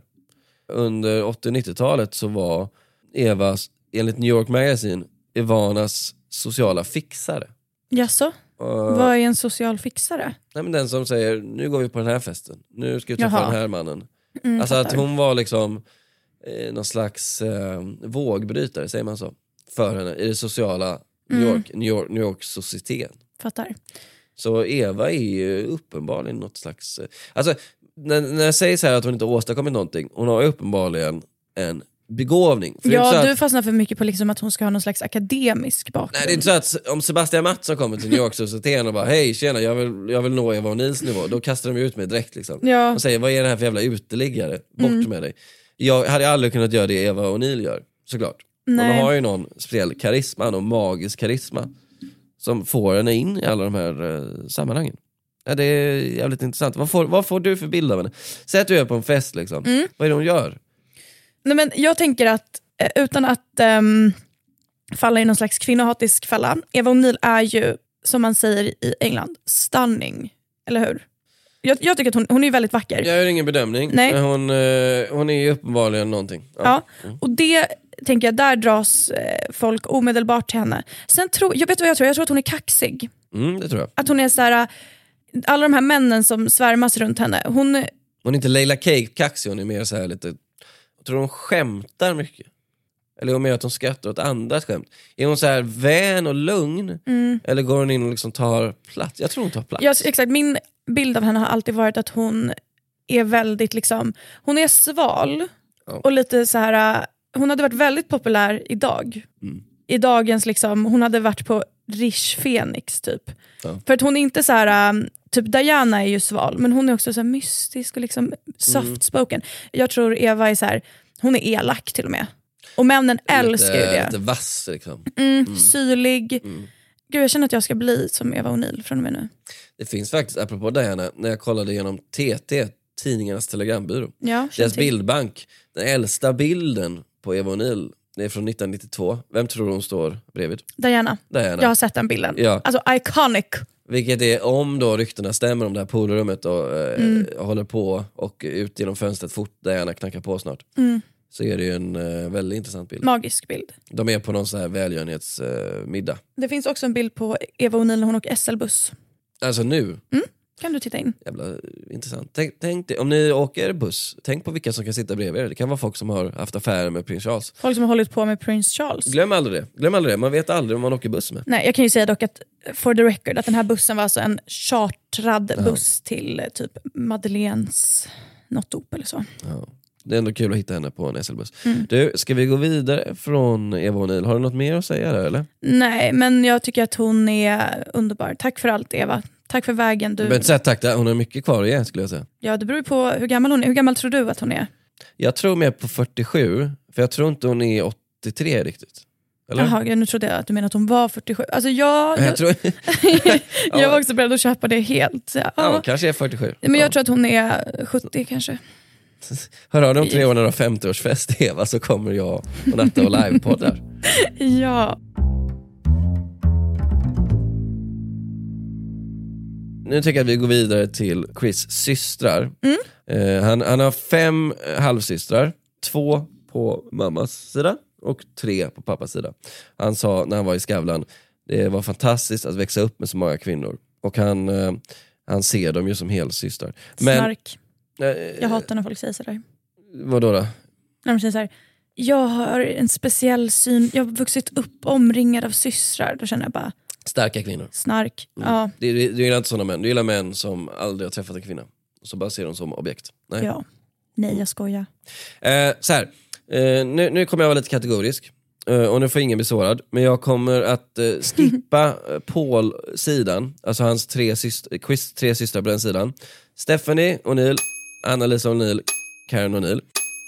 Under åttio- och nittiotalet så var Evas, enligt New York Magazine, Ivanas sociala fixare. Jaså? Och, Vad är en social fixare? nej, men den som säger, nu går vi på den här festen. Nu ska vi träffa Jaha. den här mannen. Mm, Alltså att fattar. hon var liksom eh, någon slags eh, vågbrytare, säger man så, för henne i det sociala New York, New York, New York societeten. Fattar. Så Eva är ju uppenbarligen något slags... eh, Alltså, när, när jag säger så här att hon inte åstadkommit någonting, hon har ju uppenbarligen en begåvning. För det är inte Ja, så du att, fastnar för mycket på liksom att hon ska ha någon slags akademisk bakgrund. nej, det är inte så att om Sebastian Mattsson kommer till New York societeten och bara, hej tjena, jag vill, jag vill nå Eva O'Neills nivå, då kastar de ut mig direkt liksom. Ja. Och säger, vad är det här för jävla uteliggare? Bort med dig. Jag hade aldrig kunnat göra det Eva O'Neill gör, såklart. Nej. Hon har ju någon speciell karisma, någon magisk karisma som får henne in i alla de här eh, sammanhangen. Ja, det är jävligt intressant. Vad får, vad får du för bild av henne? Säg att du är på en fest liksom. Mm. Vad är det hon gör? Nej, men jag tänker att eh, utan att um, falla i någon slags kvinnohatisk fälla. Eva O'Neill är ju, som man säger i England, stunning. Eller hur? Jag, jag tycker att hon, hon är väldigt vacker. Jag gör ingen bedömning. Nej. Men hon, eh, hon är ju uppenbarligen någonting. Ja. Ja, och det tänker jag, där dras eh, folk omedelbart till henne. Sen tror, jag vet vad jag tror, jag tror att hon är kaxig. Mm, det tror jag. Att hon är så här, alla de här männen som svärmas runt henne. Hon, Hon är inte Leila Cake-kaxig, hon är mer så här lite... Jag tror hon skämtar mycket. Eller hon mer att hon skrattar åt andras skämt. Är hon så här vän och lugn? Mm. Eller går hon in och liksom tar plats? Jag tror hon tar plats. Ja, exakt. Min bild av henne har alltid varit att hon är väldigt liksom... Hon är sval. Ja. Och lite så här... Hon hade varit väldigt populär idag. Mm. I dagens liksom... Hon hade varit på Rish Phoenix typ. Ja. För att hon är inte så här... Typ Diana är ju sval. Men hon är också så här mystisk och liksom soft spoken. Mm. Jag tror Eva är så här... Hon är elak till och med. Och männen älskar ju det. Lite vass liksom. Mm, mm. Syrlig. Mm. Gud, jag känner att jag ska bli som Eva O'Neill från och med nu. Det finns faktiskt, apropå Diana, när jag kollade igenom T T, tidningarnas telegrambyrå. Ja, deras bildbank. Den äldsta bilden på Eva O'Neill, det är från nittonhundranittiotvå. Vem tror hon står bredvid? Diana. Diana. Jag har sett den bilden. Ja. Alltså iconic. Vilket är, om då ryktena stämmer om det här poolrummet och eh, mm. håller på och ut genom fönstret fort Diana knackar på snart. Mm. Så är det ju en uh, väldigt intressant bild. Magisk bild. De är på någon sån här välgörenhetsmiddag. Uh, det finns också en bild på Eva O'Neill när hon åker S L-buss. Alltså nu? Mm. Kan du titta in? Jävla intressant. Tänk, tänk det, om ni åker buss, tänk på vilka som kan sitta bredvid er. Det kan vara folk som har haft affärer med prins Charles. Folk som har hållit på med prins Charles. Glöm aldrig det. Glöm aldrig det. Man vet aldrig om man åker buss med. Nej, jag kan ju säga dock att for the record att den här bussen var alltså en chartrad ja. buss till typ Madeleines något dop eller så. Ja. Det är ändå kul att hitta henne på en S L-buss. Mm. Du, ska vi gå vidare från Eva O'Neill? Har du något mer att säga där eller? Nej, men jag tycker att hon är underbar. Tack för allt, Eva. Tack för vägen. Du... Du behöver inte säga tack, hon har mycket kvar igen skulle jag säga. Ja, det beror på hur gammal hon är. Hur gammal tror du att hon är? Jag tror mer på fyrtiosju, för jag tror inte hon är åttiotre riktigt. Eller? Jaha, nu trodde jag att du menade att hon var fyrtiosju. Alltså jag... Jag, tror... jag var också beredd att köpa det helt. Ja, ja hon kanske är fyrtiosju. Men jag ja. tror att hon är sjuttio kanske. Hör av dig om tre år när du har femtioårsfest Eva, så kommer jag och Natta och livepoddar. Ja. Nu tycker jag att vi går vidare till Chris systrar. Mm. Eh, han, han har fem halvsystrar. Två på mammas sida och tre på pappas sida. Han sa när han var i Skavlan, det var fantastiskt att växa upp med så många kvinnor. Och han, eh, han ser dem ju som helsystrar. Men, Snark. Eh, jag hatar när folk säger sådär. Vadå då? När de säger såhär, jag har en speciell syn, jag har vuxit upp omringad av systrar. Då känner jag bara... Starka kvinnor. Snark, mm. ja. Du, du, du gillar inte sådana män. Du gillar män som aldrig har träffat en kvinna. Och så bara ser de som objekt. Nej, ja. Nej jag skojar. Eh, så här. Eh, nu, nu kommer jag vara lite kategorisk. Eh, och nu får ingen bli sårad. Men jag kommer att eh, skippa Paul-sidan. Alltså hans tre syster, Chris tre systrar på den sidan. Stephanie O'Neill, Anna-Lisa O'Neill, Karen O'Neill.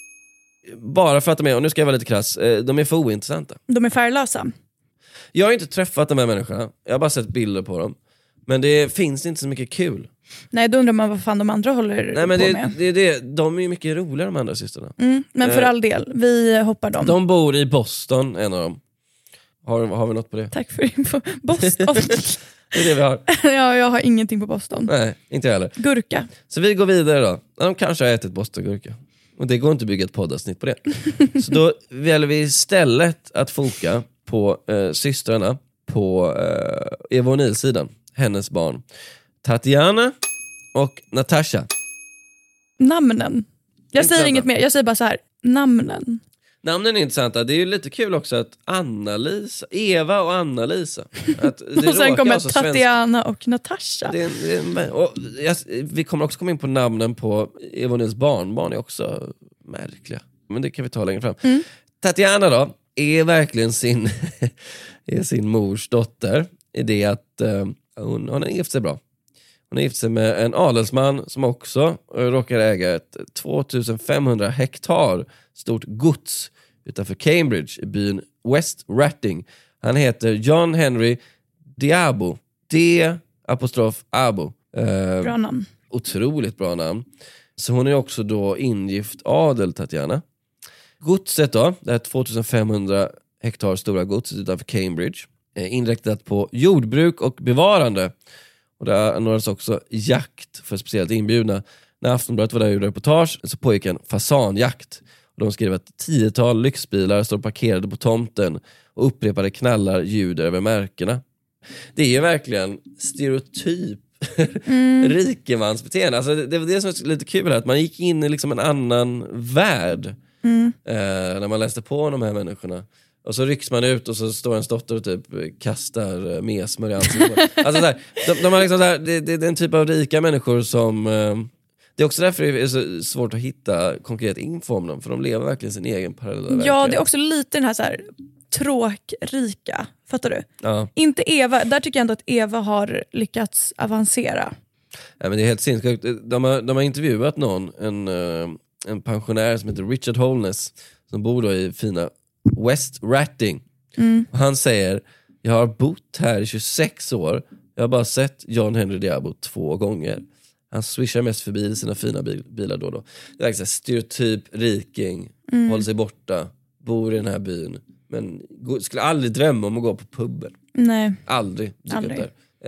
Bara för att de är, och nu ska jag vara lite krass, eh, de är för ointressanta. De är färglösa. Jag har inte träffat de här människorna. Jag har bara sett bilder på dem. Men det finns inte så mycket kul. Nej, då undrar man vad fan de andra håller Nej, men på det, med. Det, det, de är ju mycket roligare, de andra systrarna. Mm, men för eh, all del, vi hoppar dem. De bor i Boston, en av dem. Har, har vi något på det? Tack för info. Boston. Det är det vi har. Ja, jag har ingenting på Boston. Nej, inte jag heller. Gurka. Så vi går vidare då. De kanske har ätit Boston-gurka. Och det går inte att bygga ett poddavsnitt på det. Så då väljer vi istället att foka på eh, systrarna på eh, Eva O'Neill-sidan. Hennes barn. Tatiana och Natasha. Namnen. Jag säger inget mer, jag säger bara så här. Namnen. Namnen är intressanta. Det är ju lite kul också att Anna-Lisa, Eva och Anna-Lisa. Att det och sen kommer alltså Tatiana svensk... och Natasha. Det är, det är, och jag, vi kommer också komma in på namnen på Eva O'Neills barnbarn är också märkliga. Men det kan vi ta längre fram. Mm. Tatiana då är verkligen sin, är sin mors dotter. I det att uh, hon, hon har gift sig bra. Hon har gift sig med en adelsman som också råkar äga ett tvåtusenfemhundra hektar stort gods utanför Cambridge i byn West Ratting. Han heter John Henry Diabo. D apostrof Abo. Eh, Bra namn. Otroligt bra namn. Så hon är också då ingift adel, Tatiana. Godset då, det här tjugofemhundra hektar stora godset utanför Cambridge. Eh, inriktat på jordbruk och bevarande. Och där anordnades också jakt för speciellt inbjudna. När Aftonbladet var där och gjorde reportage så pågick en fasanjakt. Och de skrev att tiotal lyxbilar står parkerade på tomten och upprepade knallar ljuder över märkena. Det är ju verkligen stereotyp mm. rikemansbeteende. Alltså det, det var det som var lite kul här, att man gick in i liksom en annan värld mm. eh, när man läste på de här människorna. Och så rycks man ut och så står en stotter och typ kastar mesmör i ansiktet. Alltså där, de, de har liksom där, det, det är en typ av rika människor som... Eh, det är också därför det är så svårt att hitta konkret info om dem. För de lever verkligen sin egen parallella verklighet. Ja, det är också lite den här, så här tråkrika. Fattar du? Ja. Inte Eva. Där tycker jag ändå att Eva har lyckats avancera. Ja, men det är helt sinnessjukt. De har, de har intervjuat någon, en, en pensionär som heter Richard Holness. Som bor då i fina West Ratting. Mm. Och han säger, jag har bott här i tjugosex år. Jag har bara sett John Henry Diabo två gånger. Han swishar mest förbi sina fina bil, bilar då och då. Det är verkligen stereotyp riking. Mm. Håller sig borta. Bor i den här byn. Men gå, skulle aldrig drömma om att gå på puben. Nej. Aldrig. aldrig.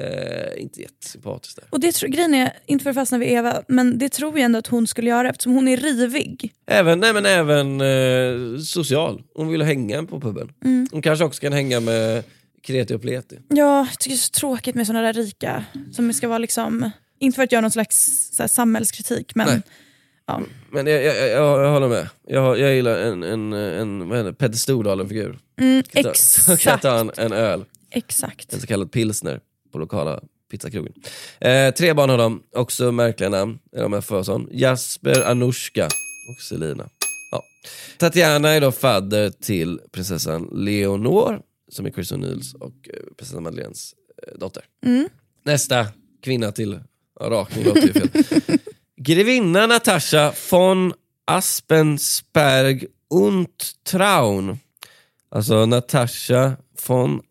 Eh, inte jättesympatiskt där. Och det tro, grejen är, inte för att fastna vid Eva, men det tror jag ändå att hon skulle göra eftersom hon är rivig. Även, nej, men även eh, social. Hon vill hänga på puben. Mm. Hon kanske också kan hänga med kreti och pleti. Ja, jag tycker det är så tråkigt med såna där rika som ska vara liksom, inte för att göra någon slags så här, samhällskritik, men nej. Ja. Men jag, jag, jag, jag håller med. Jag, jag gillar en, en, en vad heter det, Petter Stordalen-figur. Mm, exakt. Kan ta en, en öl. Exakt. En så kallad pilsner på lokala pizzakrogen. Eh, tre barn har de, också märkliga namn. De är Försson. Jasper, Anushka och Selina. Ja. Tatiana är då fadder till prinsessan Leonor, som är Chris O'Neills och prinsessan Madeleines eh, dotter. Mm. Nästa kvinna till ja, rakning låter ju fel. Grevinna Natasha von Aspensberg und Traun. Alltså Natasha von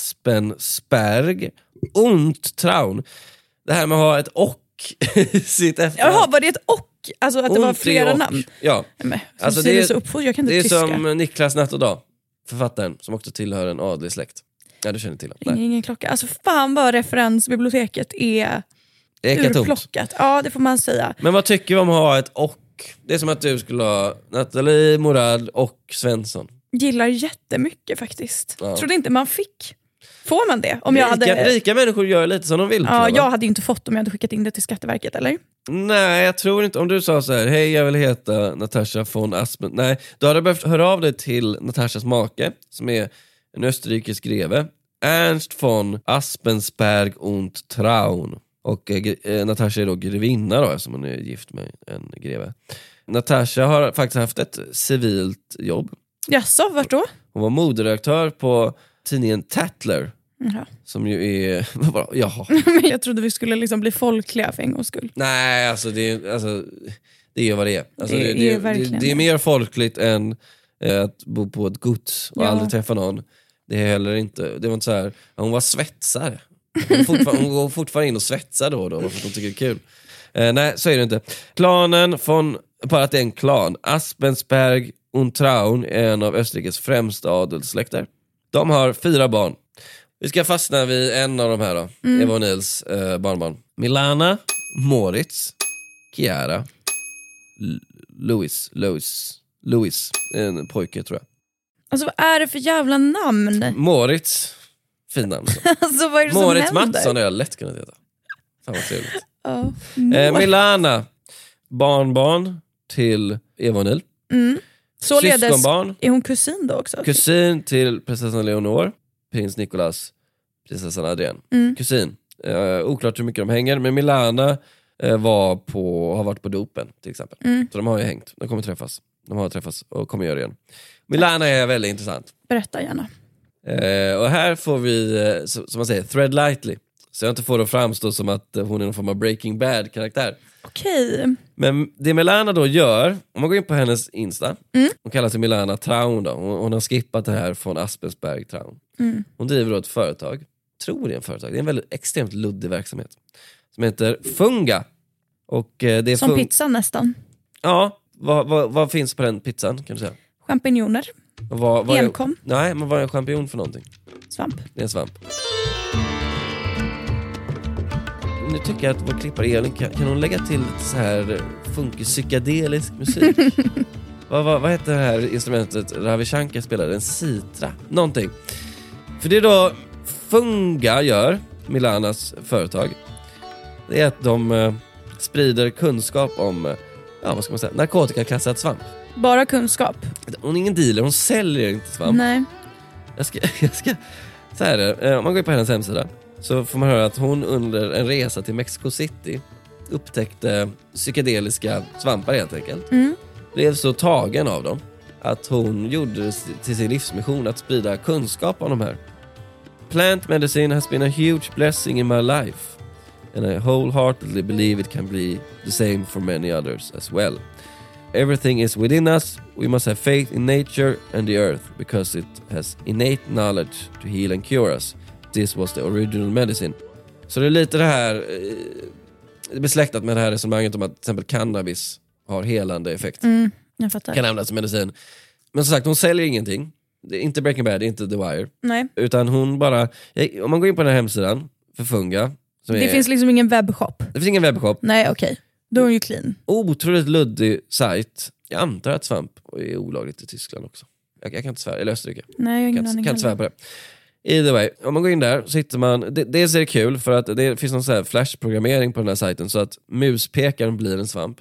Aspensberg und Traun. Det här med att ha ett och sitt efter. Jaha, var det ett och? Alltså att det var flera och namn? Ja. Men, alltså det är, så uppfod, jag kan inte det är tyska. som Niklas Natt och Dag, författaren som också tillhör en adlig släkt. Ja, du känner till honom. Ringer ingen klocka. Alltså fan vad referensbiblioteket är urplockat. Ja, det får man säga. Men vad tycker vi om att ha ett och? Det är som att du skulle ha Nathalie, Morad och Svensson. Gillar jättemycket faktiskt. Ja. Trodde inte man fick. Får man det? Om rika, jag hade... rika människor gör lite som de vill. Ja, jag hade ju inte fått om jag hade skickat in det till Skatteverket, eller? Nej, jag tror inte. Om du sa så här, hej jag vill heta Natasha von Aspen. Nej, då hade du behövt höra av dig till Natashas make, som är en österrikisk greve. Ernst von Aspensberg und Traun. Och eh, Natasha är då grevinna då, eftersom hon är gift med en greve. Natasha har faktiskt haft ett civilt jobb. Jaså, vart då? Hon var moderedaktör på tidningen Tatler. Jaha. Som ju är... Jaha. Jag trodde vi skulle liksom bli folkliga för en gångs skull. Nej, alltså det är, alltså, det är ju vad det är. Alltså, det, det, det, är det, det, det är mer folkligt än eh, att bo på ett gods och ja. aldrig träffa någon. Det är heller inte... Det var inte så här... Hon var svetsare. Hon, fortfar- hon går fortfarande in och svetsar då och då för att hon tycker det är kul. Eh, nej, så är det inte. Klanen från... Bara att det är en klan. Aspensberg und Traun är en av Österrikes främsta adelssläkter. De har fyra barn. Vi ska fastna vid en av de här då. Mm. Eva O'Neills eh, barnbarn. Milana, Moritz, Chiara, L- Louis, Louis, Louis, en pojke tror jag. Alltså vad är det för jävla namn? Moritz, fin namn. Alltså vad är det Moritz som händer? Mattsson är jag lätt kunnat heta. Fan vad trevligt. Oh, eh, Milana, barnbarn till Eva O'Neill. Mm. Således syskonbarn. Är hon kusin då också? Kusin till prinsessan Leonor, prins Nicolas, prinsessan Adrienne. Mm. Kusin. Uh, oklart hur mycket de hänger, men Milana uh, var på, har varit på dopen till exempel. Mm. Så de har ju hängt, de kommer träffas. De har träffats och kommer göra det igen. Milana är väldigt intressant. Berätta gärna. Uh, och här får vi, uh, som man säger, thread lightly. Så jag inte får det att framstå som att uh, hon är någon form av Breaking Bad-karaktär. Okej. Okay. Men det Milana då gör, om man går in på hennes Insta, mm. hon kallar sig Milana Traun då. Hon, hon har skippat det här från Aspensberg Traun. Mm. Hon driver då ett företag, tror det är en företag, det är en väldigt extremt luddig verksamhet som heter Funga. Och eh, det är Som fun- pizzan nästan. Ja, vad, vad, vad finns på den pizzan kan du säga? Champinjoner, Och vad, vad är, enkom, nej, men vad är en champinjon för någonting? svamp. Det är en svamp. Nu tycker jag att vår klippare Elin kan, kan hon lägga till lite så här funkig psykedelisk musik. vad, vad, vad heter det här instrumentet Ravi Shankar spelade? En citra, någonting. För det då Funga gör, Milanas företag, det är att de eh, sprider kunskap om eh, ja, vad ska man säga, narkotikaklassad svamp. Bara kunskap. Hon är ingen dealer, hon säljer inte svamp. Nej. Jag ska, jag ska, så här är det. Om man går in på hennes hemsida så får man höra att hon under en resa till Mexico City upptäckte psykedeliska svampar helt enkelt. Mm. Blev så tagen av dem att hon gjorde till sin livsmission att sprida kunskap om de här. Plant medicine has been a huge blessing in my life and I wholeheartedly believe it can be the same for many others as well. Everything is within us. We must have faith in nature and the earth because it has innate knowledge to heal and cure us. This was the original medicine. Så det är lite det här eh, det är besläktat med det här resonemanget om att till exempel cannabis har helande effekt. Mm, jag fattar. Kan användas som medicin. Men som sagt, hon säljer ingenting. Det är inte Breaking Bad, det är inte The Wire. Nej. Utan hon bara, om man går in på den här hemsidan för Funga. Som Det är, finns liksom ingen webbshop. det finns ingen webbshop. Nej, okej. Okay. Då är hon ju clean. Otroligt luddig sajt. Jag antar att svamp är olagligt i Tyskland också. Jag, jag kan inte svära, eller Österrike. Nej, jag har ingen kan, aning kan inte svära på det. Either way, om man går in där så hittar man, det, dels är det kul för att det finns någon sån här flashprogrammering på den här sajten så att muspekaren blir en svamp.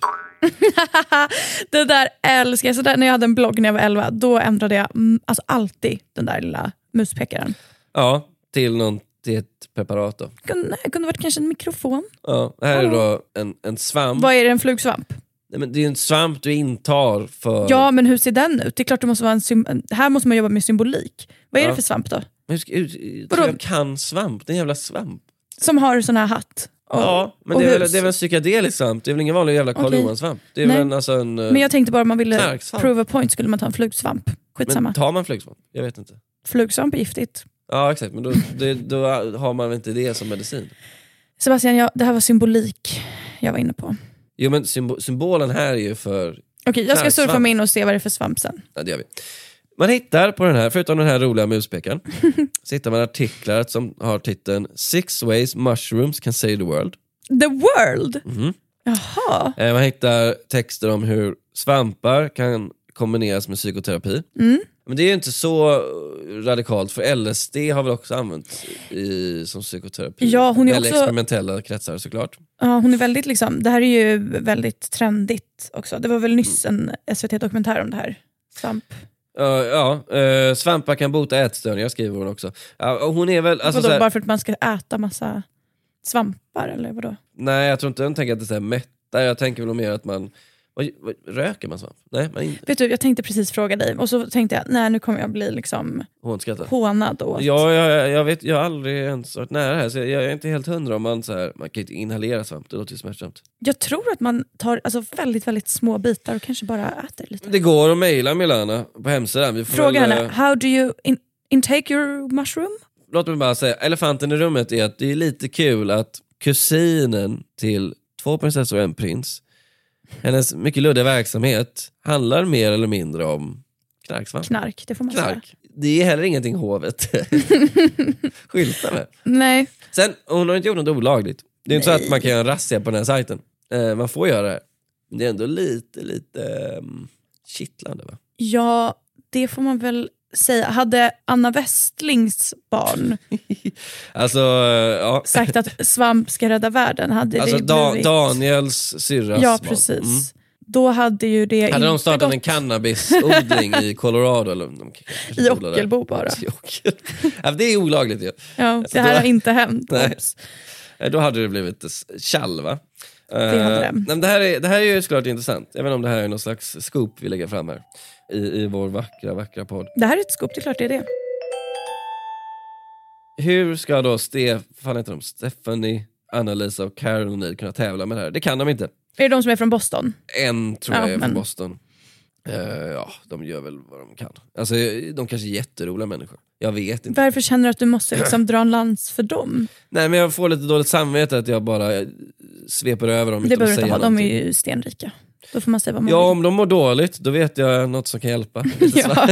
Det där älskar jag. Så där, när jag hade en blogg när jag var elva, då ändrade jag mm, alltså alltid den där lilla muspekaren. Ja, till någon till ett preparat då. Kunde, kunde varit kanske en mikrofon. Ja, det här är då en, en svamp. Vad är det, en flugsvamp? Nej, men det är en svamp du intar för... Ja, men hur ser den ut? Det är klart det måste vara en sym- här måste man jobba med symbolik. Vad är Ja. det för svamp då? Men hur, hur, hur, jag kan svamp, det är en jävla svamp. Som har sån här hatt. Och, ja, men och det är, väl, hus. det är väl en psykedelisk svamp. Det är väl ingen vanlig jävla Karl Okej. Johan-svamp. Det är Nej. väl en, alltså en... Men jag tänkte bara om man ville knarksvamp. prove a point skulle man ta en flugsvamp. Skitsamma. Men tar man flugsvamp? Jag vet inte. Flugsvamp är giftigt. Ja, exakt. Men då, det, då har man väl inte det som medicin. Sebastian, jag, det här var symbolik jag var inne på. Jo, men symbo- symbolen här är ju för... Okej, jag ska knarksvamp. surfa mig in och se vad det är för svamp sen. Ja, det gör vi. Man hittar på den här, förutom den här roliga muspekaren, så hittar man artiklar som har titeln Six ways mushrooms can save the world. The world? Mhm. Jaha. Eh, Man hittar texter om hur svampar kan kombineras med psykoterapi. Mm. Men det är ju inte så radikalt, för L S D har väl också använts i, som psykoterapi. Ja, hon är Eller också- experimentella kretsar såklart. Ja, hon är väldigt liksom, det här är ju väldigt trendigt också. Det var väl nyss en S V T-dokumentär om det här. Svamp. Ja, ja eh, svampar kan bota ätstörningar, skriver hon också. Ja, och hon är väl... Alltså, Vadå, så här, bara för att man ska äta massa svampar eller vadå? nej, jag tror inte jag tänker att det är så här mätta. Jag tänker väl mer att man... Vad, vad, röker man svamp? Nej, man inte. Vet du, jag tänkte precis fråga dig och så tänkte jag, nej nu kommer jag bli liksom Hon skrattar. hånad åt. Ja, jag, jag vet, jag har aldrig ens varit nära här, så jag, jag är inte helt hundra om man så här, man kan inte inhalera svamp, det låter ju smärtsamt. Jag tror att man tar alltså, väldigt, väldigt små bitar och kanske bara äter lite. Det går att mejla Milana på hemsidan. Vi får Fråga väl, henne, eh, how do you in- intake your mushroom? Låt mig bara säga, elefanten i rummet är att det är lite kul att kusinen till två prinsessor och en prins, hennes mycket luddiga verksamhet handlar mer eller mindre om knarksvamp. Knark, det får man säga. Knark. Det är heller ingenting hovet skyltar med. Nej, Sen, hon har inte gjort något olagligt. Det är inte så att man kan göra en razzia på den här sajten. Eh, man får göra det här. Men det är ändå lite, lite um, kittlande, va? ja, det får man väl säga. Hade Anna Westlings barn Alltså, eh, ja. sagt att svamp ska rädda världen, hade Alltså det da- blivit... Daniels syrras Ja, barn. precis. Mm. Då hade ju det Hade inte de startat gått en cannabisodling i Colorado? Eller, de kanske i odlar där. Ockelbo bara. I Ockelbo. Ja, det är olagligt ju. Ja, det här Då- har inte hänt. Nej. Oops. Eh, Då hade det blivit ett tjall, va? Det hade det. Eh, nej, men det, här är, det här är ju såklart intressant. Jag vet inte om det här är någon slags scoop vi lägger fram här. I, i vår vackra, vackra podd. Det här är ett scoop, det är klart det är det. Hur ska då Stefan, heter de? Stephanie, Anna-Lisa och Carol O'Neill kunna tävla med det här? Det kan de inte. Är det de som är från Boston? En tror Ja, jag är men- från Boston. Eh, ja, de gör väl vad de kan. Alltså, de kanske är jätteroliga människor. Jag vet inte. Varför känner du att du måste liksom dra en lans för dem? Nej, men jag får lite dåligt samvete att jag bara sveper över dem. Det behöver inte ha, de är ju stenrika. Då får man säga vad man Ja, vill. om de mår dåligt, då vet jag något som kan hjälpa. Ja.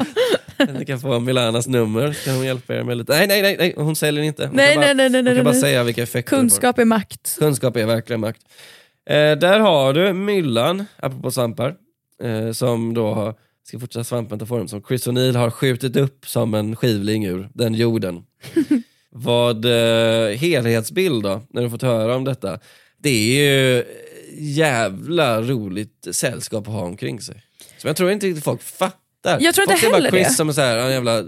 Ni kan få Milanas nummer, kan hon hjälpa er med lite. Nej, nej, nej, nej. Hon säljer inte. Hon Nej, kan bara, nej, nej, nej, hon kan nej, bara nej. säga vilka effekter. Kunskap är makt. Kunskap är verkligen makt. Eh, där har du myllan, apropå svampar, eh, som då har, ska fortsätta svampen ta form, som Chris O'Neill har skjutit upp som en skivling ur den jorden. Vad eh, helhetsbild då, när du fått höra om detta. Det är ju jävla roligt sällskap att ha omkring sig. Som jag tror inte riktigt folk fattar. Jag tror inte folk ser heller bara Chris det. som en så här, en jävla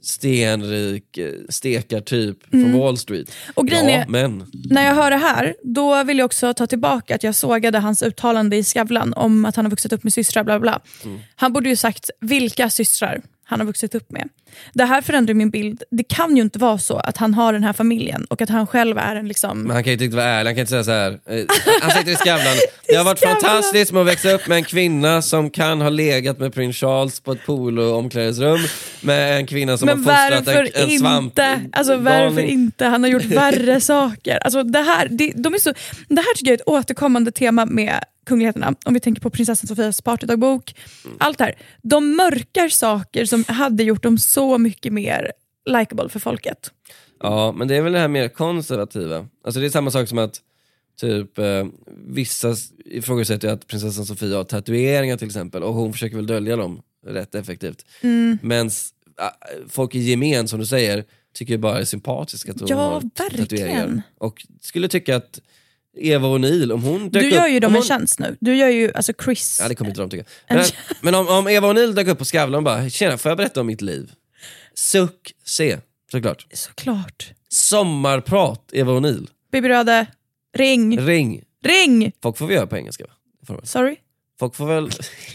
stenrik eh, stekartyp mm. från Wall Street. Och grejen ja, är, men... när jag hör det här, då vill jag också ta tillbaka att jag sågade hans uttalande i Skavlan om att han har vuxit upp med systrar, bla bla. Mm. Han borde ju sagt vilka systrar han har vuxit upp med. Det här förändrar min bild. Det kan ju inte vara så att han har den här familjen och att han själv är en liksom... Men han kan ju inte vara ärlig, han kan inte säga så här. Han sitter i Skavlan. Det har varit fantastiskt med att växa upp med en kvinna som kan ha legat med prins Charles på ett polo-omklädningsrum, med en kvinna som men har fostrat en, en svamp. Inte? Alltså varför inte? Han har gjort värre saker. Alltså det här, det, de är så, det här tycker jag är ett återkommande tema med kungligheterna. Om vi tänker på prinsessan Sofias partydagbok. Mm. Allt det här. De mörkar saker som hade gjort dem så mycket mer likeable för folket. Ja, men det är väl det här mer konservativa. Alltså det är samma sak som att typ eh, vissa ifrågasätter att prinsessan Sofia har tatueringar till exempel, och hon försöker väl dölja dem rätt effektivt. Mm. Men äh, folk i gemen, som du säger, tycker bara det är sympatiskt att hon ja, har verkligen. tatueringar. Och skulle tycka att Eva O'Neill, om hon dök Du gör ju upp, dem hon... en tjänst nu. Du gör ju, alltså Chris... Ja, det kommer inte de tycka. Men, men om, om Eva O'Neill dök upp på Skavlan och bara, tjena, får jag berätta om mitt liv? Suck, se, såklart. Såklart. Sommarprat, Eva O'Neill. Baby Röde, ring. Ring. Ring! Folk får vi göra på engelska, va? Sorry? Folk får väl...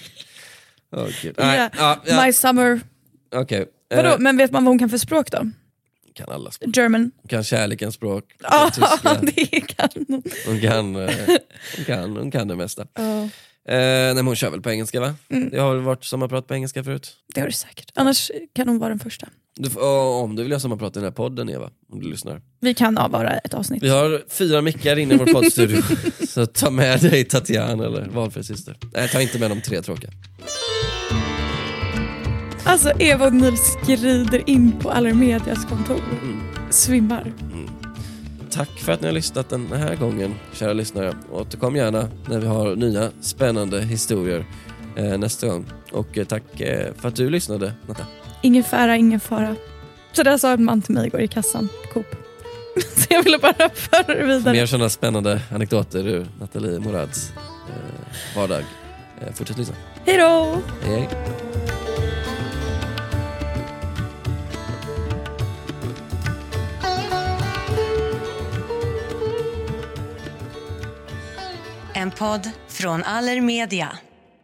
oh, yeah. ah, ja. My summer... Okej. Okay. Vadå? Uh, men vet man vad hon kan för språk då? Kan alla språk. German. Hon kan kärlekens språk. Ja, ah, det kan hon. Hon kan, uh, hon kan, hon kan det mesta. Oh. Uh, nej, men hon kör väl på engelska, va? Mm. Det har väl varit sommarprat på engelska förut? Det har det säkert. Annars kan hon vara den första. Du, oh, om du vill ha sommarprat i den här podden, Eva, om du lyssnar. Vi kan avvara ett avsnitt. Vi har fyra mickar inne i vår poddstudio. Så ta med dig Tatiana eller valfri syster. Nej, ta inte med de tre tråkiga. Alltså Eva O'Neill skrider in på Allermedias kontor. Mm. Svimmar. Mm. Tack för att ni har lyssnat den här gången, kära lyssnare. Återkom gärna när vi har nya spännande historier eh, nästa gång. Och eh, tack eh, för att du lyssnade, Natta. Ingen fara, ingen fara. Så där sa en man till mig igår i kassan på Coop. Så jag ville bara föra det vidare. Mer sådana spännande anekdoter ur Nathalie Morads eh, vardag. Eh, fortsätt lyssna. Hej då! Hej, hej. En podd från Allermedia.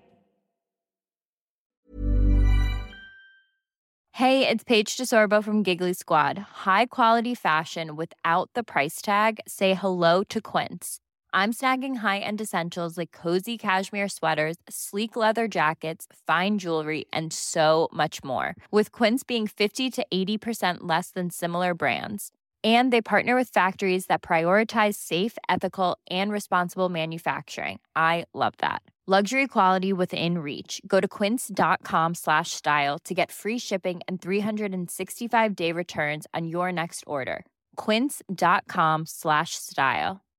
Hey, it's Paige DeSorbo from Giggly Squad. High quality fashion without the price tag. Say hello to Quince. I'm snagging high-end essentials like cozy cashmere sweaters, sleek leather jackets, fine jewelry, and so much more. With Quince being fifty to eighty percent less than similar brands. And they partner with factories that prioritize safe, ethical, and responsible manufacturing. I love that. Luxury quality within reach. Go to quince.com slash style to get free shipping and three sixty-five day returns on your next order. Quince.com slash style.